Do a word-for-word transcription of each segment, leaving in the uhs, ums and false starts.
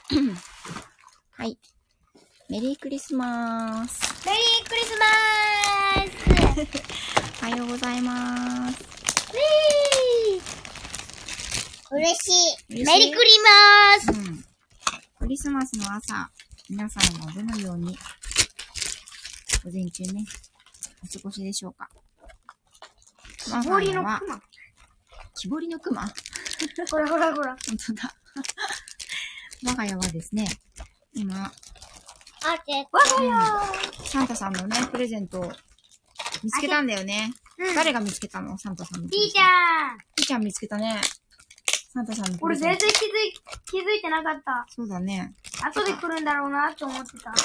はい。メリークリスマーす。 メリークリスマーす。 おはようございます。 メリー嬉しい。メリークリマーす、 うん。クリスマスの朝、皆さんはどのように午前中ね、お過ごしでしょうか。 木彫りのクマ。 木彫りのクマほらほらほら。 本当だ。我が家はですね、今、 あ、我が家、サンタさんのね、プレゼントを見つけたんだよね。うん、誰が見つけたの？サンタさんの。 ピーちゃん。 ピーちゃん見つけたね。サンタさんのプ俺レゼント。 全然気づい、気づいてなかった。 そうだね。 後で来るんだろうなって思ってた。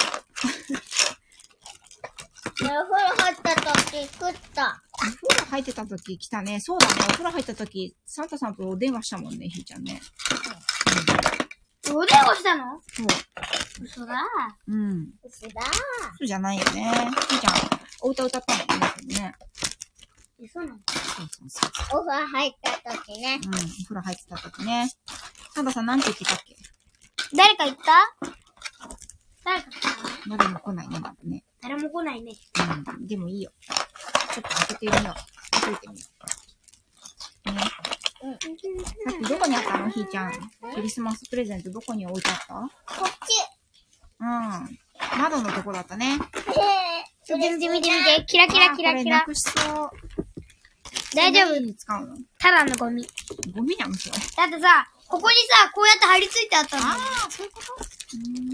お風呂入った時食った。 お風呂入ってた時来たね。そうだね。お風呂入った時、サンタさんとお電話したもんね、ひーちゃんね。 うん、お電話したの？ そう。 嘘だ。 うん。 嘘だ。 そうじゃないよね。ひーちゃん、お歌歌ったもんね。 嘘なの？ そうそうそう。 お風呂入った時ね。 うん。お風呂入ってた時ね。サンタさんなんて言ってたっけ？ 誰か言った？誰か来たの？誰も来ないね、まだね。 誰も来ないね。 うん。でもいいよ。ちょっと開けてみよう。開けてみよう。ね。うん。さっきどこにあったの？ひーちゃん。クリスマスプレゼントどこに置いてあった？ こっち。 うん。窓のとこだったね。 へぇー。見て見て見て。キラキラキラキラ。 なくしそう。 大丈夫？ 何に使うの？ ただのゴミ。 ゴミなのそれ。 だってさ、ここにさ、こうやって貼り付いてあったの。 ああ、そういうこと？うん。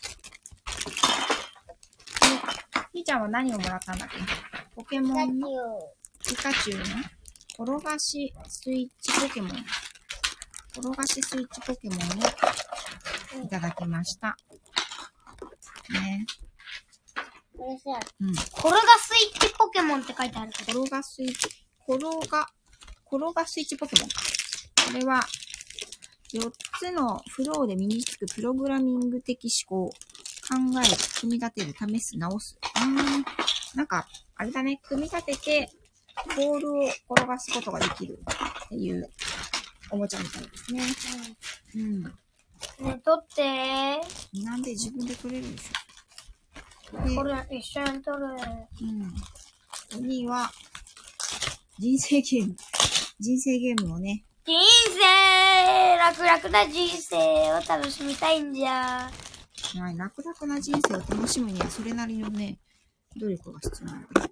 ひーちゃんは何をもらったんだっけ？ポケモンのピカチュウの転がしスイッチポケモン。転がしスイッチポケモンをいただきました。ね。 これさ、 うん。 転がスイッチポケモンって書いてあるけど。 転がスイッチ、転が、転がスイッチポケモンか。これは、よっつのフローで身につくプログラミング的思考。考える、組み立てる、試す、直す。うーん。なんか、あれだね。組み立てて、ボールを転がすことができるっていうおもちゃみたいですね。うん。ね、 取ってー。 なんで自分で取れるでしょ。 これ一緒に取る。 うん。には、人生ゲーム。人生ゲームをね。 人生楽々な人生を楽しみたいんじゃ。 はい、楽々な人生を楽しむにはそれなりのね、努力が必要なんだよ。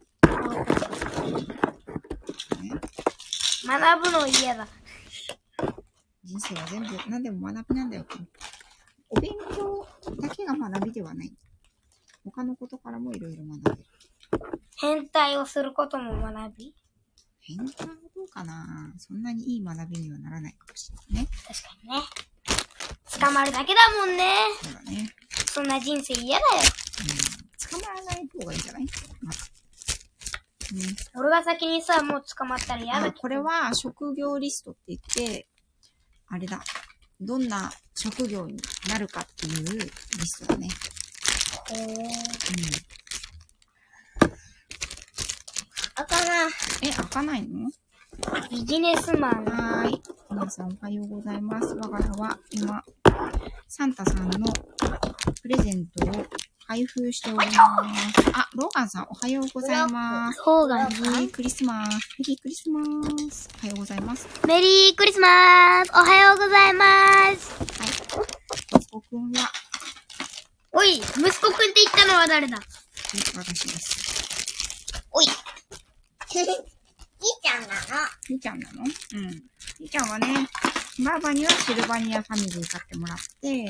ね、 学ぶの嫌だ。 人生は全部何でも学びなんだよ。お勉強だけが学びではない。他のことからもいろいろ学べる。 変態をすることも学び？ 変態はどうかな？そんなにいい学びにはならないかもしれないね。 確かにね。捕まるだけだもんね。 そうだね。 そんな人生嫌だよ。 うん。捕まらない方がいいんじゃない？まず。ね。 俺が先にさ、もう捕まったら嫌だけど。 これは職業リストって言って、あれだ。どんな職業になるかっていうリストだね。 へぇー。うん。開かない。 え、開かないの？ ビジネスマン。 はーい。皆さんおはようございます。我が家は今、サンタさんのプレゼントを開封しております。あ、ローガンさんおはようございます。 ローガンメリークリスマス。メリークリスマス。おはようございます。 メリークリスマス。おはようございます。 はい。息子くんはおい、息子くんって言ったのは誰だ？ 私です。 おい。ひーちゃんなの。 ひーちゃんなの？うん。ひーちゃんはね、ばあばにはシルバニアファミリー買ってもらって、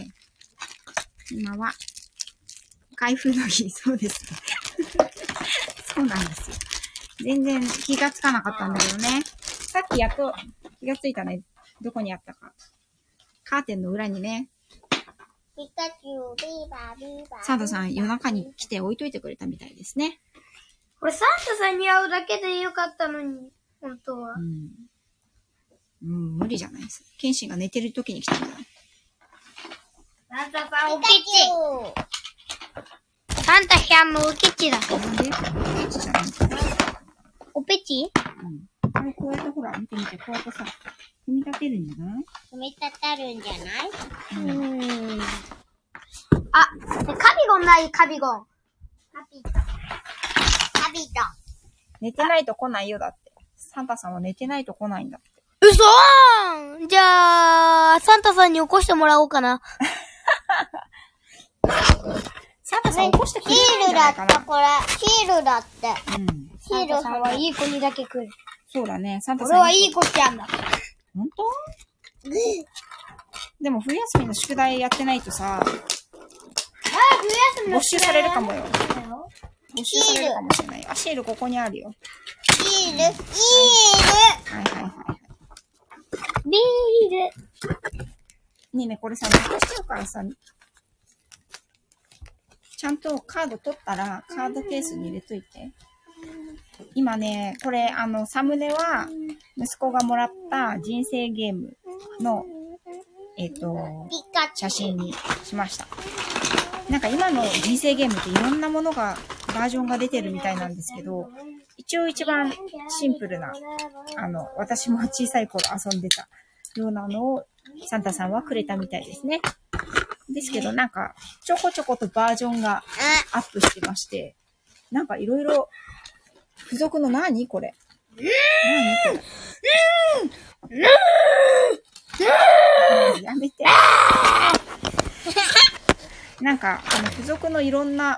今は、開封の日、そうですね。そうなんですよ。全然気がつかなかったんだけどね。さっきやっと気がついたね。どこにあったか。カーテンの裏にね。 ピカチュウ、ビーバー、ビーバー。 サンタさん夜中に来て置いといてくれたみたいですね。 これサンタさんに会うだけでよかったのに、本当は。 うん。うん、無理じゃないです。ケンシンが寝てる時に来たんじゃない？ サンタさんおケチ。サンタちゃんのおケチだ。 なんで？おケチじゃないんですか？ おペチ？ うん。あれ、こうやってほら、見て見て、こうやってさ、 組み立てるんじゃない？ 組み立てるんじゃない？うん。あ、カビゴンない、カビゴン。カビゴン。カビゴン。 寝てないと来ないよ、だって。サンタさんは寝てないと来ないんだって。 嘘ーん！じゃあ、サンタさんに起こしてもらおうかな。 サンタさん起こしてくれないんじゃないかな。 シールだった、これ。シールだって。 うん。 シールさんはいい子にだけ来る。 そうだね、サンタさん。 俺はいい子ちゃんだ。 ほんと？でも冬休みの宿題やってないとさ、 あ、冬休みの没収されるかもよ。没収されるかもしれないよ。あ、シールここにあるよ。 シール、シール。 はいはいはいはい。 ビール。 ねえねえ、これさ、残しちゃうからさ、ちゃんとカード取ったら、カードケースに入れといて。今ね、これ、あの、サムネは、息子がもらった人生ゲームの、えっと、写真にしました。なんか今の人生ゲームっていろんなものが、バージョンが出てるみたいなんですけど、一応一番シンプルな、あの、私も小さい頃遊んでたようなのを、サンタさんはくれたみたいですね。ですけど、なんか、ちょこちょことバージョンがアップしてまして、なんかいろいろ、付属の何これ。何これ。やめて。なんか、あの、付属のいろんな、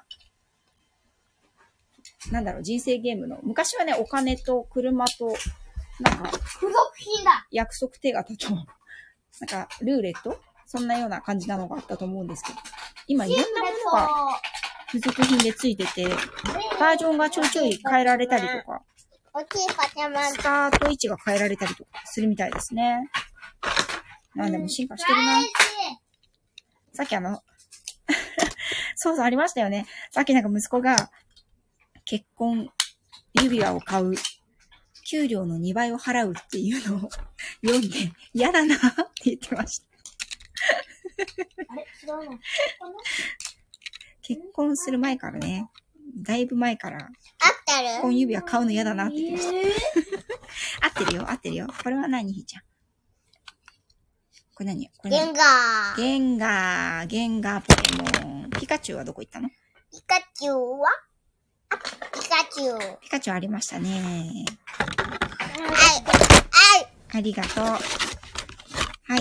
なんだろう、人生ゲームの、昔はね、お金と車と、なんか、 付属品だ。 約束手形と、なんか、ルーレットそんなような感じなのがあったと思うんですけど、今いろんなものが付属品でついてて、バージョンがちょいちょい変えられたりとか、スタート位置が変えられたりとかするみたいですね。なんでも進化してるな。さっきあの、そうそうありましたよね。さっきなんか息子が結婚指輪を買う、給料のにばいを払うっていうのを読んで嫌だなって言ってました。 あれ違うの結婚する前からね、だいぶ前から、 合ってる？ 結婚指輪買うの嫌だなって言ってました。えー、合ってるよ、合ってるよ。これは何、ひーちゃん。これ何？これ何？ ゲンガー。 ゲンガー、ゲンガーポケモン。ピカチュウはどこ行ったの？ ピカチュウは？あ、ピカチュウ。 ピカチュウありましたね。 はい。はい。 ありがとう。はい、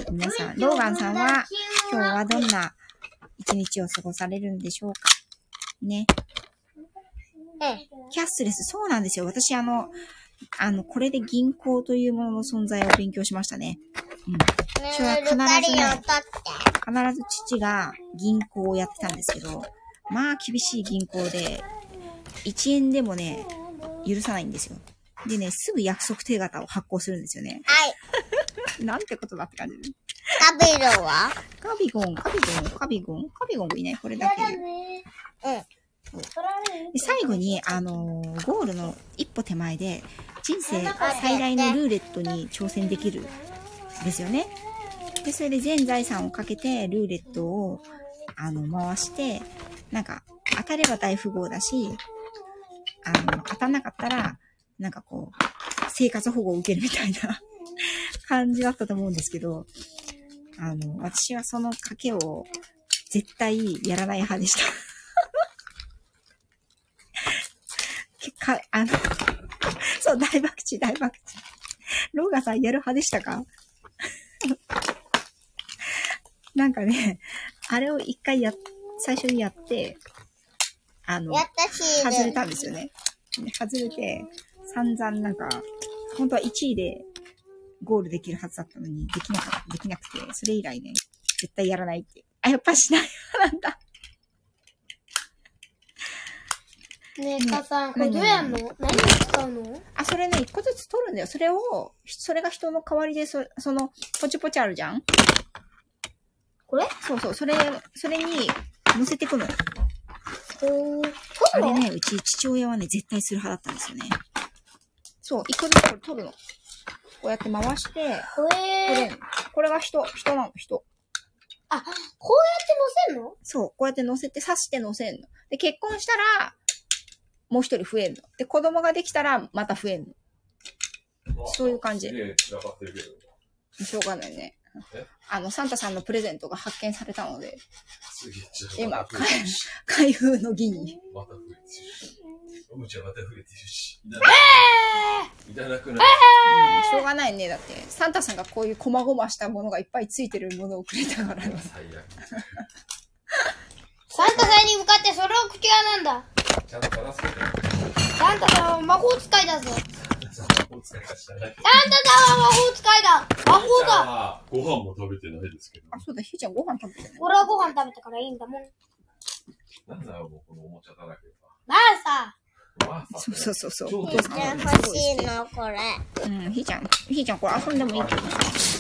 皆さん。ローガンさんは、今日はどんな一日を過ごされるんでしょうかね。キャッシュレス、そうなんですよ。私、あの、あの、これで銀行というものの存在を勉強しましたね。うん。それは必ずね、必ず父が銀行をやってたんですけど、まあ厳しい銀行で、いちえんでもね、許さないんですよ。でね、すぐ約束手形を発行するんですよね。 はい。 なんてことだって感じです。 カビゴンは？ カビゴン、カビゴン、カビゴン、カビゴンいないこれだけで。 うん。 で最後に、あのー、ゴールの一歩手前で、人生最大のルーレットに挑戦できるんですよね。で、それで全財産をかけて、ルーレットを、あの、回して、なんか、当たれば大富豪だし、あの、当たんなかったら、なんかこう、生活保護を受けるみたいな感じだったと思うんですけど、あの、私はその賭けを絶対やらない派でした。結果、あの、そう、大博打、大博打。ローガさんやる派でしたか？なんかね、あれを一回や、最初にやって、あの、外れたんですよね。外れて、散々なんか、本当はいちいでゴールできるはずだったのに、できなかった、できなくて、それ以来ね、絶対やらないって。あ、やっぱしない派なんだ。 ねえ、母さん、これどうやんの？何に使うの？ あ、それね、一個ずつ取るんだよ。それを、それが人の代わりで、そ、その、ポチポチあるじゃん？ これ？ そうそう、それ、それに乗せてくのよ。 ほー。 あれね、うち父親はね、絶対する派だったんですよね。そう、一個ずつこれ取るの。こうやって回して、 これ、 これが人、人なの、人。 あ、こうやって乗せんの？ そう、こうやって乗せて、刺して乗せんの。で、結婚したら、もう一人増えんの。で、子供ができたら、また増えんの。そういう感じ。 しょうがないね。あの、サンタさんのプレゼントが発見されたので、今、開封の儀に。 また増えてるし。おもちゃまた増えてるし。いらなくない。 しょうがないね。だって、サンタさんがこういう細々したものがいっぱいついてるものをくれたからね。 最悪。 サンタさんに向かってそれを口がなんだ。 ちゃんと話すけど。 サンタさんは魔法使いだぞ。 魔法使いが知らない。 サンタさんは魔法使いだ。魔法だ。 ご飯も食べてないですけど。 あ、そうだ、ひーちゃんご飯食べてる。 俺はご飯食べたからいいんだもん。 なんだよ、もうこのおもちゃだらけなあさ。 さ。 そうそうそうそう。 超じゃあ欲しいの、これ。 うん、ひーちゃん、ひーちゃんこれ遊んでもいいけど。 あ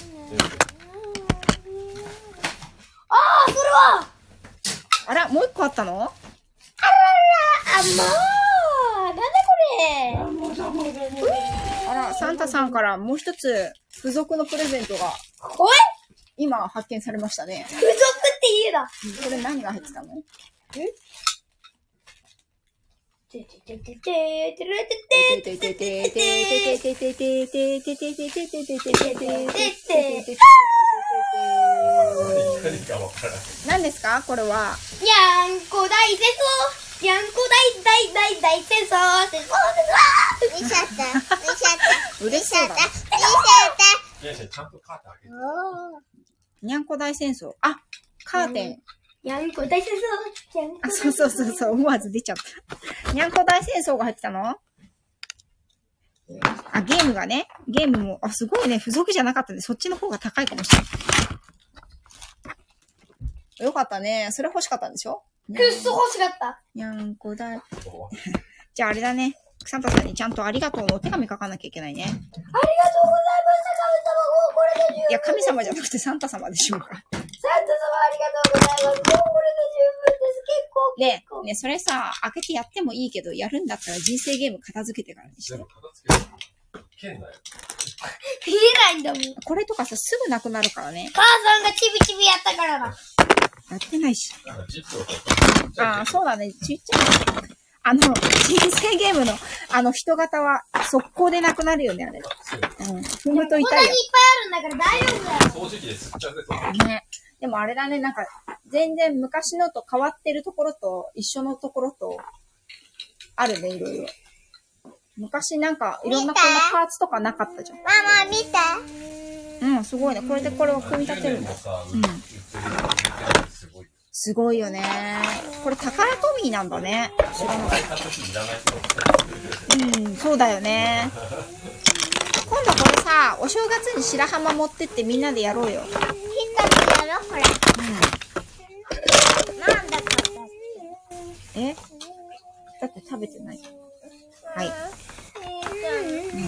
あ、それはあら、もう一個あったの？ あらら、あ、もうなんだこれ。 あら、サンタさんからもう一つ付属のプレゼントがおい今発見されましたね。 付属って言うな。 これ何が入ってたの？ えてててててててててててて何ですかこれは？ にゃんこ大戦争にゃんこ大大大大戦争戦争戦争見ちゃった見ちゃった嬉しそうだね。 いやいや、ちゃんとカーテン開けて。 にゃんこ大戦争。あ、カーテン。 にゃんこ大戦争にゃんこあ、そうそうそうそう、思わず出ちゃった。にゃんこ大戦争が入ってたの？あ、ゲームがね。ゲームも、あ、すごいね。付属じゃなかったんで、そっちの方が高いかもしれない。よかったね。それ欲しかったんでしょ？ くっそ欲しかった。 にゃんこ大。じゃああれだね。サンタさんにちゃんとありがとうのお手紙書かなきゃいけないね。 ありがとうございました、神様。もうこれで十分。 いや、神様じゃなくてサンタ様でしょうか。 サンタ様ありがとうございます。もうこれで十分です。結構、 ね結構。 ねそれさ、開けてやってもいいけど、やるんだったら人生ゲーム片付けてからにして全。部片付ける。けんなよ。 見えないんだもん。 これとかさ、すぐなくなるからね。 母さんがちびちびやったからだ。 やってないし。 なんかジップを買った。 ああ、そうだね。ちっちゃい。あの、人生ゲームの、あの人型は速攻でなくなるよね、あれ。うん。踏むとこん痛よないにいっ。ぱいあるんだから大丈夫だよ。 掃除機で吸っちゃうぜ、それ。 ね。でもあれだね、なんか、全然昔のと変わってるところと一緒のところと、あるね、いろいろ。昔なんか、いろんなこんなパーツとかなかったじゃん。 ママ見て。 うん、すごいね。これでこれを組み立てるんだ。 もさ、 うん売ってる、売ってるすごい。 すごいよね。これ宝トミーなんだね。知らなかっ買った時いらない人。 た。うん、そうだよね。今度これさ、お正月に白浜持ってってみんなでやろうよ。 みんなでやろう、これ。 うん。 なんだかえだって食べてない。はい。うん。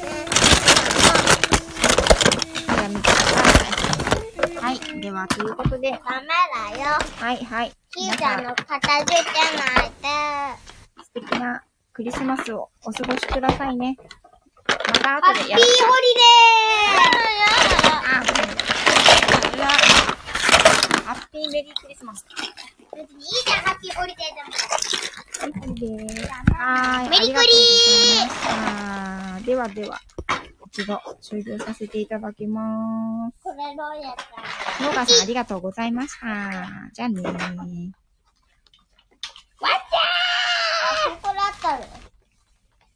じゃあ見てください。はい。では、ということで。 ダメだよ。 はい、はい。 ひーちゃんの片付けないで。 素敵なクリスマスをお過ごしくださいね。またハッピーホリデ後でやる。 ーあ、ごめん。それはハッピーメリークリスマス。 別にいいじゃん、ハッピーホリデーでも。 ハッピーでーす。はーい。 メリクリーありがとうございました。ではでは、一度終了させていただきます。 これどうやった農家さんありがとうございました。じゃあねー。